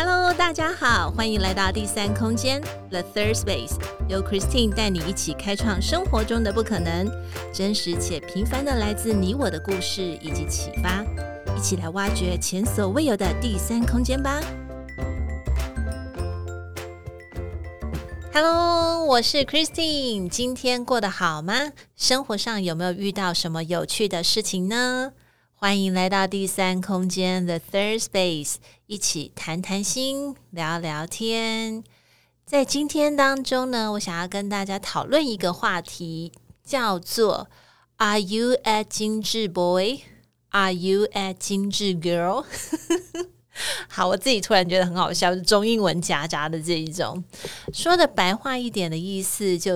Hello， 大家好，欢迎来到第三空间 The Third Space， 由 Christine 带你一起开创生活中的不可能，真实且平凡的来自你我的故事以及启发，一起来挖掘前所未有的第三空间吧。Hello， 我是 Christine， 今天过得好吗？生活上有没有遇到什么有趣的事情呢？欢迎来到第三空间 The Third Space， 一起谈谈心，聊聊天。在今天当中呢，我想要跟大家讨论一个话题，叫做 Are you a 精致 boy? Are you a 精致 girl? 好，我自己突然觉得很好笑，中英文夹杂的这一种。说的白话一点的意思就是，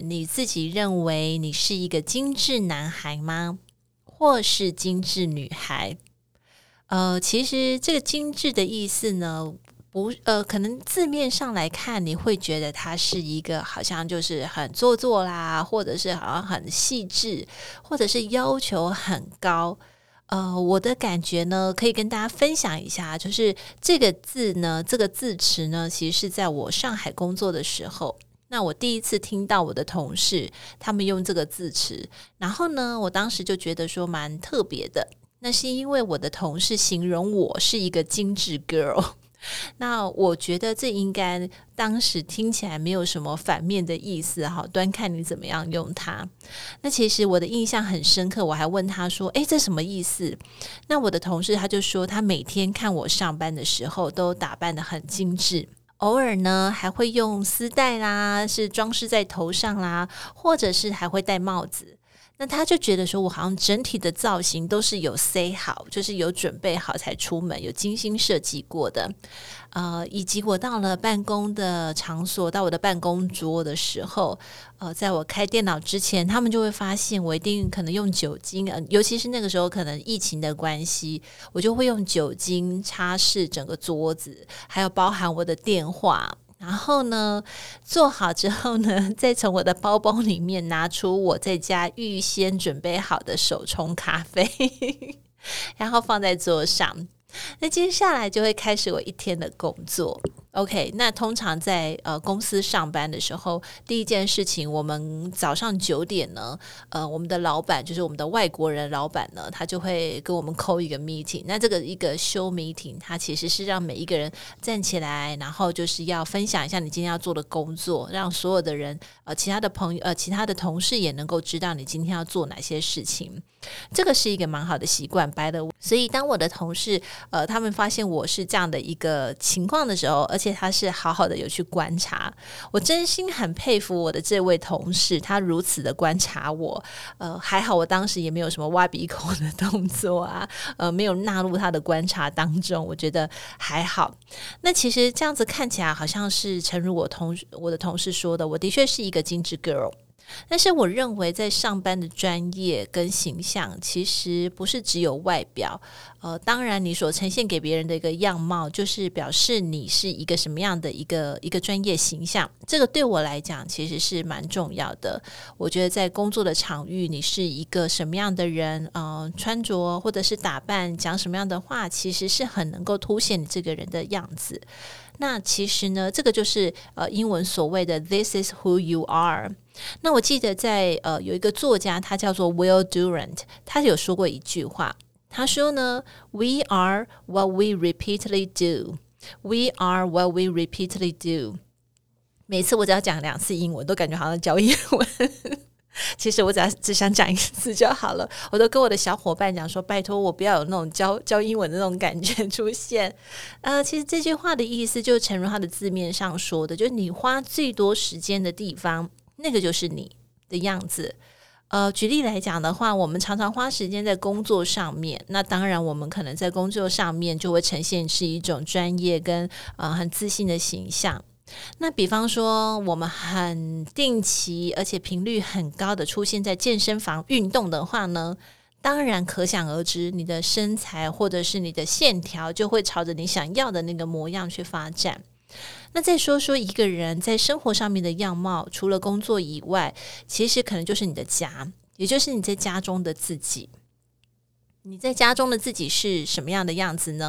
你自己认为你是一个精致男孩吗？或是精致女孩？其实这个精致的意思呢，可能字面上来看，你会觉得它是一个好像就是很做作啦，或者是好像很细致，或者是要求很高。我的感觉呢，可以跟大家分享一下，就是这个字呢，这个字词呢，其实是在我上海工作的时候。那我第一次听到我的同事他们用这个字词，然后呢，我当时就觉得说蛮特别的。那是因为我的同事形容我是一个精致 girl， 那我觉得这应该当时听起来没有什么反面的意思，好，端看你怎么样用它。那其实我的印象很深刻，我还问他说这什么意思？那我的同事他就说，他每天看我上班的时候都打扮得很精致，偶尔呢还会用丝带啦，是装饰在头上啦，或者是还会戴帽子。那他就觉得说我好像整体的造型都是有 say 好，就是有准备好才出门，有精心设计过的。以及我到了办公的场所，到我的办公桌的时候，在我开电脑之前，他们就会发现我一定可能用酒精，尤其是那个时候可能疫情的关系，我就会用酒精擦拭整个桌子，还有包含我的电话。然后呢，做好之后呢，再从我的包包里面拿出我在家预先准备好的手冲咖啡然后放在桌上。那接下来就会开始我一天的工作。OK， 那通常在公司上班的时候，第一件事情，我们早上9点呢，我们的老板就是我们的外国人老板呢，他就会跟我们 call 一个 meeting。那这个一个 show meeting， 它其实是让每一个人站起来，然后就是要分享一下你今天要做的工作，让所有的人其他的朋友其他的同事也能够知道你今天要做哪些事情。这个是一个蛮好的习惯 by the way。 所以当我的同事他们发现我是这样的一个情况的时候，而且他是好好的有去观察，我真心很佩服我的这位同事，他如此的观察我。还好我当时也没有什么挖鼻孔的动作啊，没有纳入他的观察当中，我觉得还好。那其实这样子看起来好像是诚如我的同事说的，我的确是一个精致 girl。但是我认为在上班的专业跟形象其实不是只有外表，当然你所呈现给别人的一个样貌就是表示你是一个什么样的一个专业形象，这个对我来讲其实是蛮重要的。我觉得在工作的场域你是一个什么样的人，穿着或者是打扮讲什么样的话，其实是很能够凸显你这个人的样子。那其实呢，这个就是英文所谓的 This is who you are。 那我记得在有一个作家，他叫做 Will Durant， 他有说过一句话，他说呢 We are what we repeatedly do. We are what we repeatedly do。 每次我只要讲2次英文都感觉好像教英文其实我只想讲1次就好了，我都跟我的小伙伴讲说，拜托我不要有那种教英文的那种感觉出现。其实这句话的意思就诚如它的字面上说的，就是你花最多时间的地方，那个就是你的样子。举例来讲的话，我们常常花时间在工作上面，那当然我们可能在工作上面就会呈现是一种专业跟很自信的形象。那比方说我们很定期而且频率很高的出现在健身房运动的话呢，当然可想而知你的身材或者是你的线条就会朝着你想要的那个模样去发展。那再说说一个人在生活上面的样貌，除了工作以外，其实可能就是你的家，也就是你在家中的自己。你在家中的自己是什么样的样子呢？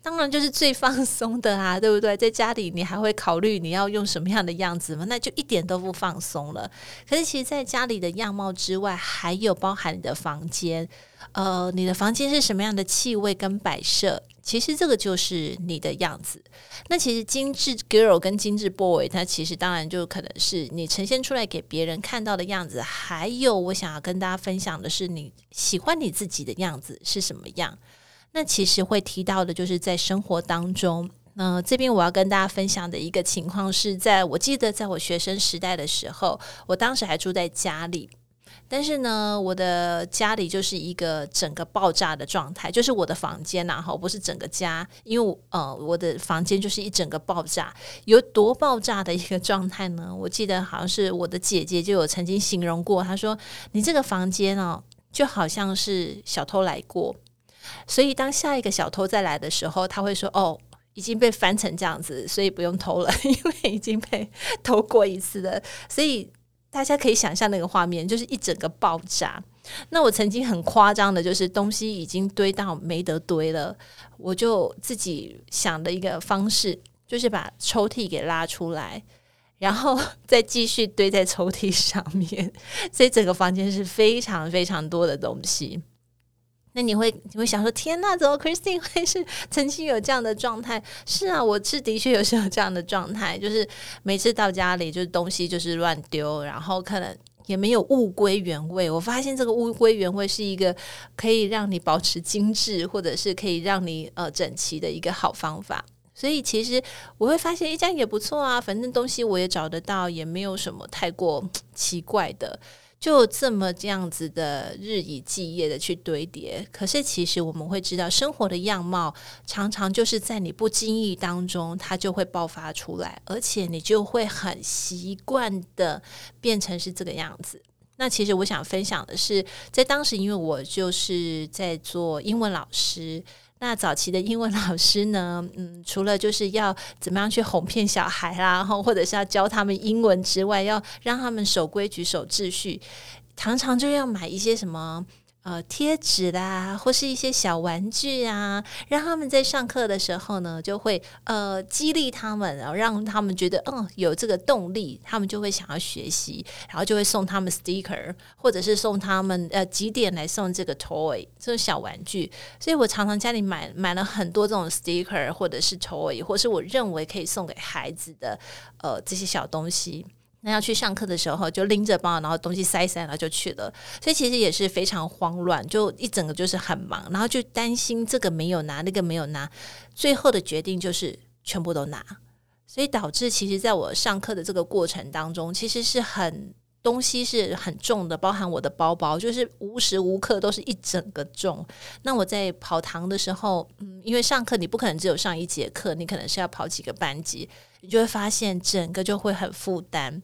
当然就是最放松的啊，对不对？在家里你还会考虑你要用什么样的样子吗？那就一点都不放松了。可是其实在家里的样貌之外，还有包含你的房间，你的房间是什么样的气味跟摆设，其实这个就是你的样子。那其实精致 girl 跟精致 boy， 它其实当然就可能是你呈现出来给别人看到的样子，还有我想要跟大家分享的是你喜欢你自己的样子是什么样。那其实会提到的就是在生活当中，这边我要跟大家分享的一个情况是，我记得在我学生时代的时候，我当时还住在家里，但是呢，我的家里就是一个整个爆炸的状态，就是我的房间不是整个家，因为我的房间就是一整个爆炸，有多爆炸的一个状态呢？我记得好像是我的姐姐就有曾经形容过，她说：“你这个房间就好像是小偷来过。”所以当下一个小偷再来的时候，他会说已经被翻成这样子，所以不用偷了，因为已经被偷过一次了。所以大家可以想象那个画面，就是一整个爆炸。那我曾经很夸张的就是东西已经堆到没得堆了，我就自己想的一个方式，就是把抽屉给拉出来，然后再继续堆在抽屉上面，所以整个房间是非常非常多的东西。那你会想说，天哪，怎么 Christine 会是曾经有这样的状态？是啊，我是的确有时候有这样的状态，就是每次到家里就是东西就是乱丢，然后可能也没有物归原位。我发现这个物归原位是一个可以让你保持精致，或者是可以让你整齐的一个好方法。所以其实我会发现这样也不错啊，反正东西我也找得到，也没有什么太过奇怪的。就这样子的日以继夜的去堆叠，可是其实我们会知道，生活的样貌常常就是在你不经意当中，它就会爆发出来，而且你就会很习惯的变成是这个样子。那其实我想分享的是，在当时因为我就是在做英文老师，那早期的英文老师呢，除了就是要怎么样去哄骗小孩啦，或者是要教他们英文之外，要让他们守规矩、守秩序，常常就要买一些什么贴纸啦，或是一些小玩具啊，让他们在上课的时候呢，就会激励他们，然后让他们觉得有这个动力，他们就会想要学习，然后就会送他们 sticker， 或者是送他们几点来送这个 toy 这种小玩具。所以我常常家里买了很多这种 sticker 或者是 toy， 或是我认为可以送给孩子的这些小东西。那要去上课的时候就拎着包，然后东西塞，然后就去了，所以其实也是非常慌乱，就一整个就是很忙，然后就担心这个没有拿，那个没有拿，最后的决定就是全部都拿，所以导致其实在我上课的这个过程当中，其实是东西是很重的，包含我的包包，就是无时无刻都是一整个重。那我在跑堂的时候，因为上课你不可能只有上一节课，你可能是要跑几个班级，你就会发现整个就会很负担。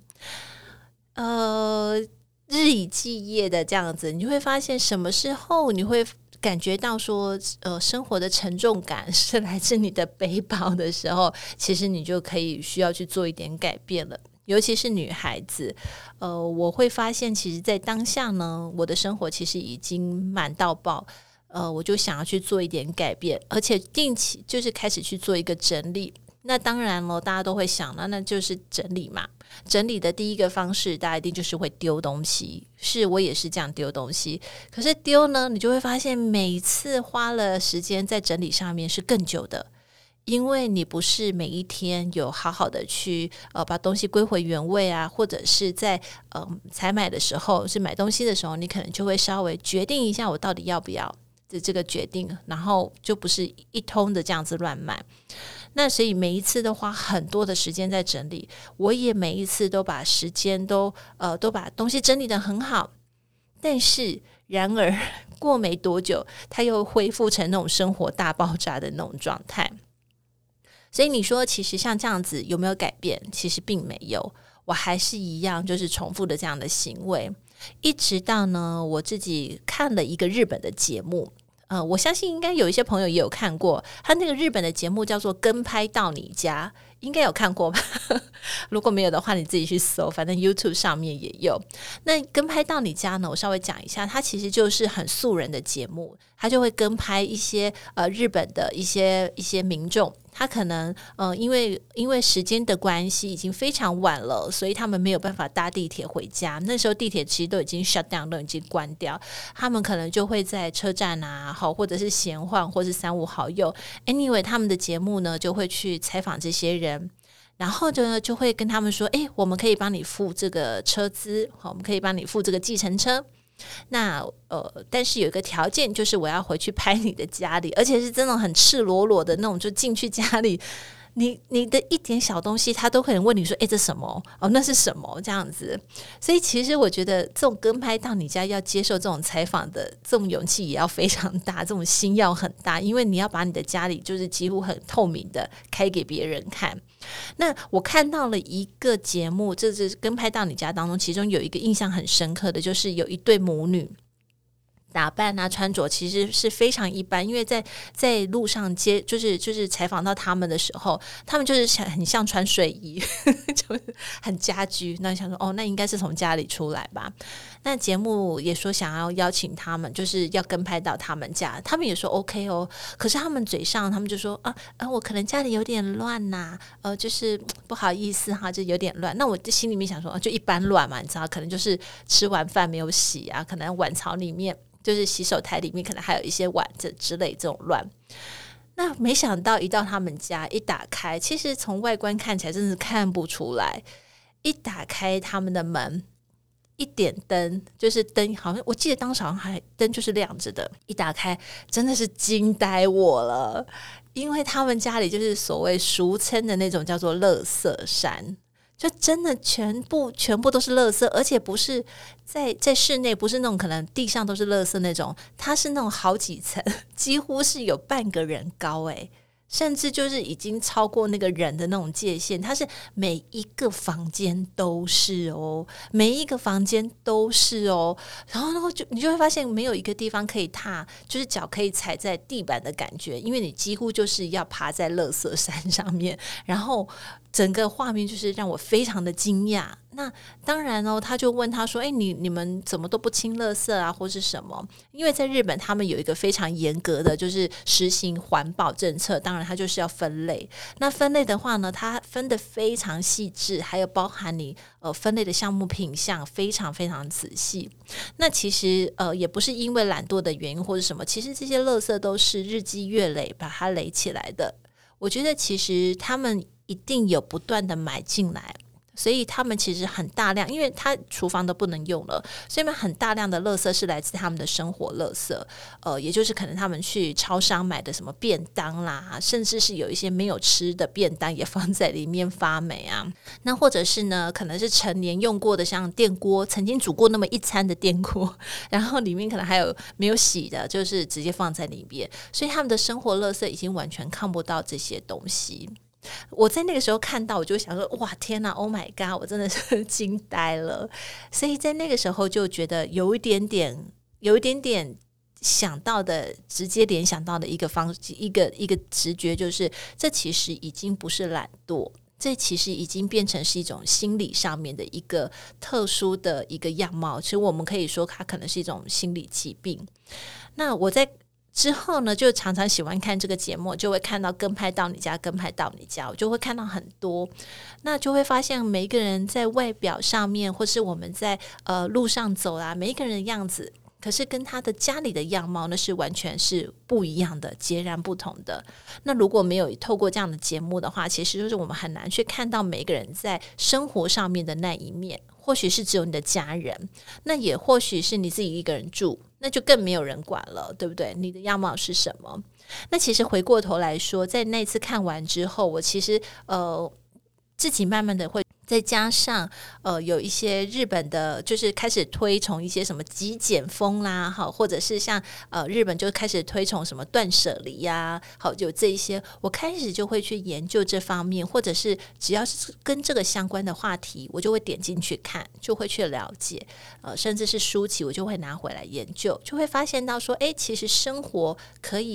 日以继夜的这样子，你就会发现什么时候你会感觉到说生活的沉重感是来自你的背包的时候，其实你就可以需要去做一点改变了。尤其是女孩子，我会发现其实在当下呢，我的生活其实已经满到爆，我就想要去做一点改变，而且定期就是开始去做一个整理。那当然了，大家都会想那就是整理嘛。整理的第一个方式，大家一定就是会丢东西。是我也是这样丢东西，可是丢呢，你就会发现每次花了时间在整理上面是更久的，因为你不是每一天有好好的去把东西归回原位啊，或者是在采买的时候，是买东西的时候，你可能就会稍微决定一下我到底要不要的这个决定，然后就不是一通的这样子乱买。那所以每一次都花很多的时间在整理，我也每一次都把时间都把东西整理得很好，但是然而过没多久，它又恢复成那种生活大爆炸的那种状态。所以你说其实像这样子有没有改变？其实并没有，我还是一样就是重复的这样的行为，一直到呢我自己看了一个日本的节目，我相信应该有一些朋友也有看过，他那个日本的节目叫做跟拍到你家， 应该有看过吧如果没有的话你自己去搜，反正 YouTube 上面也有。那跟拍到你家呢，我稍微讲一下，它其实就是很素人的节目，它就会跟拍一些日本的一些民众，他可能因为时间的关系已经非常晚了，所以他们没有办法搭地铁回家，那时候地铁其实都已经 shut down， 都已经关掉，他们可能就会在车站啊，或者是闲晃，或是三五好友 anyway 他们的节目呢就会去采访这些人，然后呢就会跟他们说我们可以帮你付这个车资，我们可以帮你付这个计程车，那但是有一个条件，就是我要回去拍你的家里，而且是真的很赤裸裸的那种，就进去家里，你的一点小东西他都可能问你说这什么那是什么这样子。所以其实我觉得这种跟拍到你家要接受这种采访的这种勇气也要非常大，这种心要很大，因为你要把你的家里就是几乎很透明的开给别人看。那我看到了一个节目，这是跟拍到你家当中，其中有一个印象很深刻的，就是有一对母女打扮啊穿着其实是非常一般，因为在路上就是采访到他们的时候，他们就是很像穿睡衣就是很家居，那想说那应该是从家里出来吧。那节目也说想要邀请他们，就是要跟拍到他们家，他们也说 OK 可是他们嘴上他们就说我可能家里有点乱呐就是不好意思哈，就有点乱。那我心里面想说就一般乱嘛，你知道，可能就是吃完饭没有洗啊，可能碗槽里面就是洗手台里面可能还有一些碗这之类这种乱。那没想到一到他们家一打开，其实从外观看起来真的是看不出来，一打开他们的门，一点灯，就是灯好像我记得当时好像还灯就是亮着的，一打开真的是惊呆我了，因为他们家里就是所谓俗称的那种叫做垃圾山，就真的全部都是垃圾，而且不是在室内，不是那种可能地上都是垃圾那种，它是那种好几层，几乎是有半个人高甚至就是已经超过那个人的那种界限，它是每一个房间都是每一个房间都是然后你就会发现没有一个地方可以踏，就是脚可以踩在地板的感觉，因为你几乎就是要爬在垃圾山上面，然后整个画面就是让我非常的惊讶。那当然他就问他说你们怎么都不清垃圾啊或是什么，因为在日本他们有一个非常严格的就是实行环保政策，当然它就是要分类，那分类的话呢它分得非常细致，还有包含你分类的项目品项非常非常仔细。那其实也不是因为懒惰的原因或者什么，其实这些垃圾都是日积月累把它累起来的。我觉得其实他们一定有不断的买进来，所以他们其实很大量，因为他厨房都不能用了，所以他们很大量的垃圾是来自他们的生活垃圾，也就是可能他们去超商买的什么便当啦，甚至是有一些没有吃的便当也放在里面发霉啊。那或者是呢，可能是成年用过的，像电锅，曾经煮过那么一餐的电锅，然后里面可能还有没有洗的，就是直接放在里面，所以他们的生活垃圾已经完全看不到这些东西。我在那个时候看到，我就想说哇天哪 Oh my god， 我真的是惊呆了。所以在那个时候就觉得有一点点想到的，直接联想到的一个直觉，就是这其实已经不是懒惰，这其实已经变成是一种心理上面的一个特殊的一个样貌，其实我们可以说它可能是一种心理疾病。那我在之后呢就常常喜欢看这个节目，就会看到跟拍到你家，跟拍到你家，我就会看到很多，那就会发现每一个人在外表上面，或是我们在路上走啊，每一个人的样子，可是跟他的家里的样貌那是完全是不一样的，截然不同的。那如果没有透过这样的节目的话，其实就是我们很难去看到每个人在生活上面的那一面，或许是只有你的家人，那也或许是你自己一个人住，那就更没有人管了，对不对？你的样貌是什么？那其实回过头来说，在那次看完之后，我其实自己慢慢的会再加上有一些日本的就是开始推崇一些什么极简风啦，好，或者是像日本就开始推崇什么断舍离呀，好，有这一些我开始就会去研究这方面，或者是只要是跟这个相关的话题我就会点进去看，就会去了解，甚至是书籍我就会拿回来研究，就会发现到说其实生活可以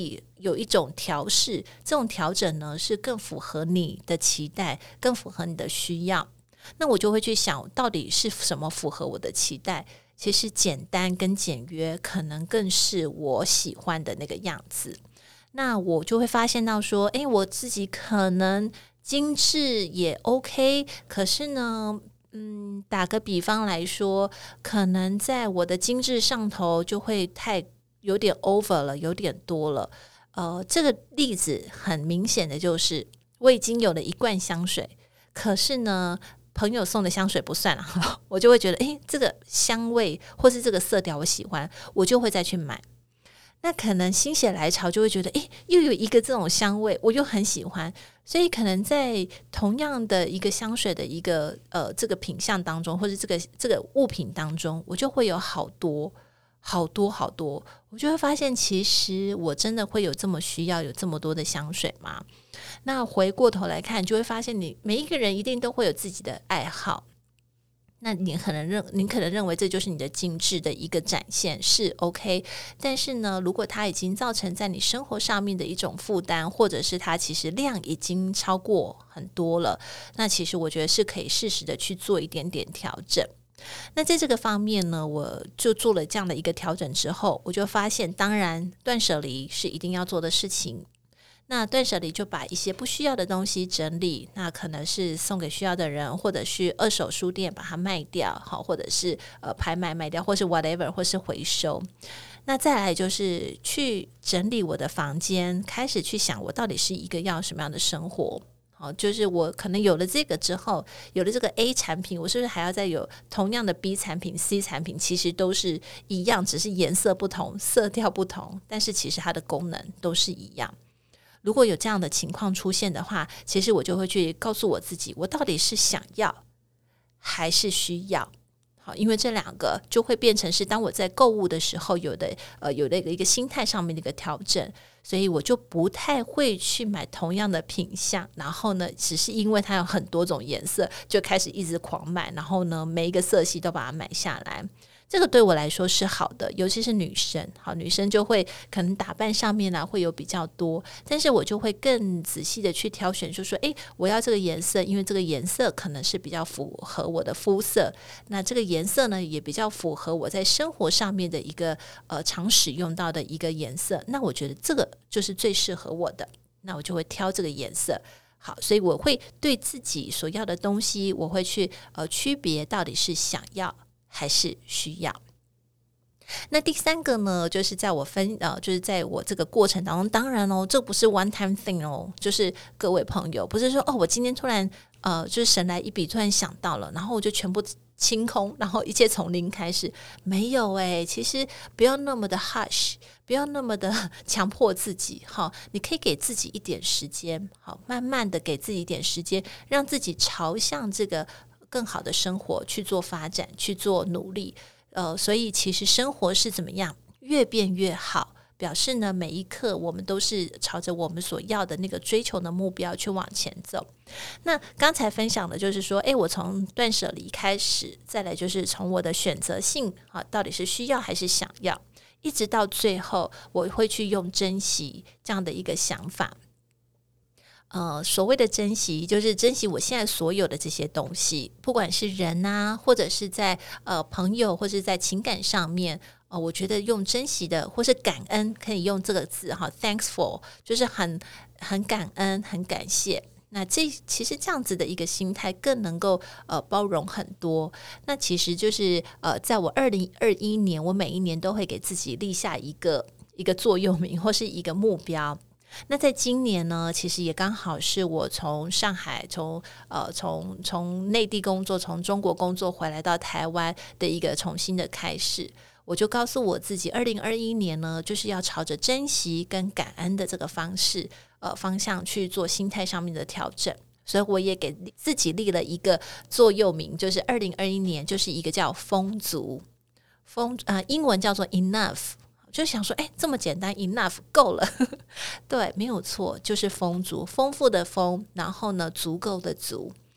有一种调试，这种调整呢是更符合你的期待，更符合你的需要。那我就会去想，到底是什么符合我的期待？其实简单跟简约可能更是我喜欢的那个样子。那我就会发现到说，我自己可能精致也 OK， 可是呢打个比方来说，可能在我的精致上头就会有点 over 了，有点多了。这个例子很明显的就是，我已经有了一罐香水，可是呢朋友送的香水不算了，我就会觉得这个香味或是这个色调我喜欢，我就会再去买。那可能心血来潮就会觉得又有一个这种香味我又很喜欢，所以可能在同样的一个香水的一个这个品项当中，或者这个物品当中，我就会有好多，我就会发现其实我真的会有这么需要有这么多的香水吗？那回过头来看，就会发现你每一个人一定都会有自己的爱好，那你可能认为这就是你的精致的一个展现，是 OK。 但是呢，如果它已经造成在你生活上面的一种负担，或者是它其实量已经超过很多了，那其实我觉得是可以适时的去做一点点调整。那在这个方面呢，我就做了这样的一个调整之后，我就发现当然断舍离是一定要做的事情。那断舍离就把一些不需要的东西整理，那可能是送给需要的人，或者是二手书店把它卖掉，或者是拍卖卖掉，或是 whatever， 或是回收。那再来就是去整理我的房间，开始去想我到底是一个要什么样的生活。就是我可能有了这个之后，有了这个 A 产品，我是不是还要再有同样的 B 产品 C 产品？其实都是一样，只是颜色不同，色调不同，但是其实它的功能都是一样。如果有这样的情况出现的话，其实我就会去告诉我自己，我到底是想要还是需要。好，因为这两个就会变成是当我在购物的时候有的一个心态上面的一个调整，所以我就不太会去买同样的品项，然后呢只是因为它有很多种颜色就开始一直狂买，然后呢每一个色系都把它买下来。这个对我来说是好的，尤其是女生，女生就会可能打扮上面会有比较多，但是我就会更仔细的去挑选，就说我要这个颜色，因为这个颜色可能是比较符合我的肤色，那这个颜色呢也比较符合我在生活上面的一个常使用到的一个颜色，那我觉得这个就是最适合我的，那我就会挑这个颜色。好，所以我会对自己所要的东西，我会去区别到底是想要还是需要。那第三个呢，就是在我就是在我这个过程当中，当然这不是 one time thing 就是各位朋友，不是说我今天突然就是神来一笔，突然想到了，然后我就全部清空，然后一切从零开始。没有其实不要那么的 hush， 不要那么的强迫自己你可以给自己一点时间，慢慢的给自己一点时间，让自己朝向这个更好的生活去做发展，去做努力。所以其实生活是怎么样，越变越好，表示呢每一刻我们都是朝着我们所要的那个追求的目标去往前走。那刚才分享的就是说我从断舍离开始，再来就是从我的选择性到底是需要还是想要，一直到最后我会去用珍惜这样的一个想法。所谓的珍惜，就是珍惜我现在所有的这些东西，不管是人啊，或者是在朋友，或者是在情感上面，我觉得用珍惜的或是感恩，可以用这个字thankful， 就是很感恩，很感谢。那其实这样子的一个心态更能够包容很多。那其实就是在我2021年，我每一年都会给自己立下一个座右铭或是一个目标。那在今年呢，其实也刚好是我从上海从内地工作，从中国工作回来到台湾的一个重新的开始。我就告诉我自己2021年呢，就是要朝着珍惜跟感恩的这个方向去做心态上面的调整。所以我也给自己立了一个座右铭，就是2021年就是一个叫丰足，英文叫做 enough，就想说这么简单 enough 够了对，没有错，就是丰足，丰富的丰，然后呢足够的足。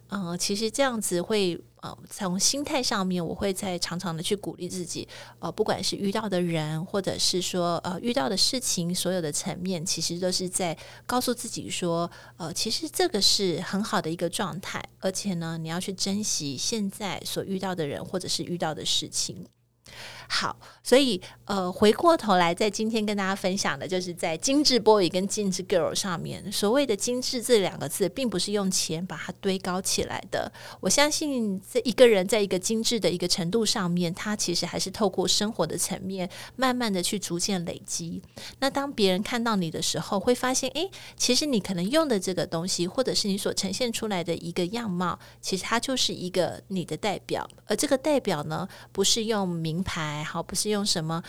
其实这样子会从心态上面，我会在常常的去鼓励自己，不管是遇到的人，或者是说遇到的事情，所有的层面，其实都是在告诉自己说，其实这个是很好的一个状态，而且呢，你要去珍惜现在所遇到的人，或者是遇到的事情。好，所以回过头来，在今天跟大家分享的就是在精致 boy 跟精致 girl 上面，所谓的精致这两个字并不是用钱把它堆高起来的。我相信这一个人在一个精致的一个程度上面，他其实还是透过生活的层面慢慢的去逐渐累积。那当别人看到你的时候，会发现其实你可能用的这个东西，或者是你所呈现出来的一个样貌，其实它就是一个你的代表。而这个代表呢，不是用名牌，好，不是用什么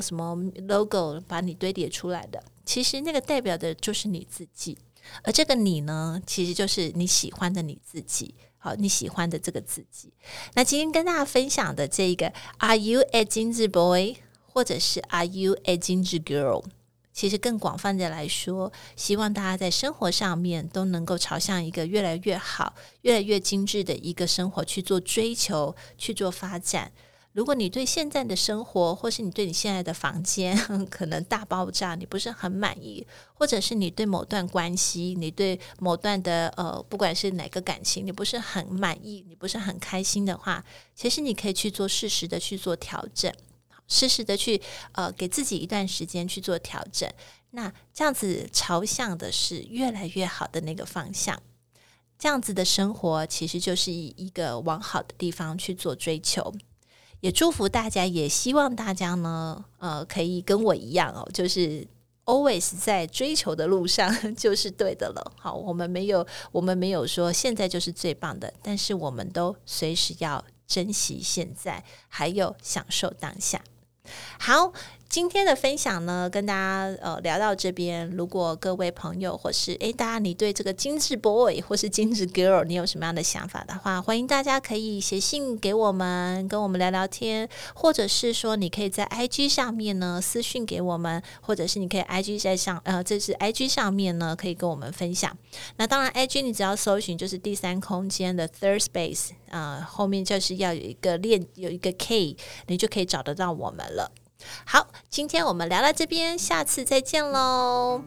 logo 把你堆叠出来的，其实那个代表的就是你自己。而这个你呢，其实就是你喜欢的你自己，好，你喜欢的这个自己。那今天跟大家分享的这个 Are you a ginger boy 或者是 Are you a ginger girl， 其实更广泛的来说，希望大家在生活上面都能够朝向一个越来越好越来越精致的一个生活去做追求，去做发展。如果你对现在的生活，或是你对你现在的房间可能大爆炸，你不是很满意，或者是你对某段关系，你对某段的不管是哪个感情，你不是很满意，你不是很开心的话，其实你可以去做适时的去做调整，适时的去给自己一段时间去做调整。那这样子朝向的是越来越好的那个方向，这样子的生活其实就是一个往好的地方去做追求。也祝福大家，也希望大家呢，可以跟我一样就是 always 在追求的路上就是对的了。好，我们没有说现在就是最棒的，但是我们都随时要珍惜现在，还有享受当下。好，今天的分享呢，跟大家聊到这边。如果各位朋友或是大家你对这个精致 boy 或是精致 girl 你有什么样的想法的话，欢迎大家可以写信给我们，跟我们聊聊天，或者是说你可以在 IG 上面呢私讯给我们，或者是你可以 IG 这是 IG 上面呢可以跟我们分享。那当然 IG 你只要搜寻就是第三空间的 Third Space，后面就是要有一个 K， 你就可以找得到我们了。好，今天我们聊到这边，下次再见咯。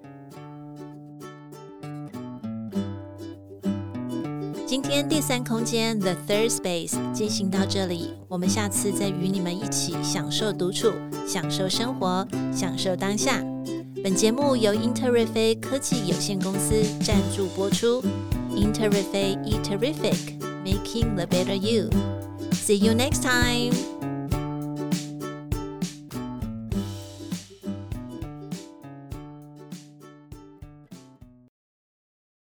今天第三空间 The Third Space 进行到这里，我们下次再与你们一起享受独处，享受生活，享受当下。本节目由英特瑞飞科技有限公司赞助播出。英特瑞飞 E Terrific Making the Better You。See you next time.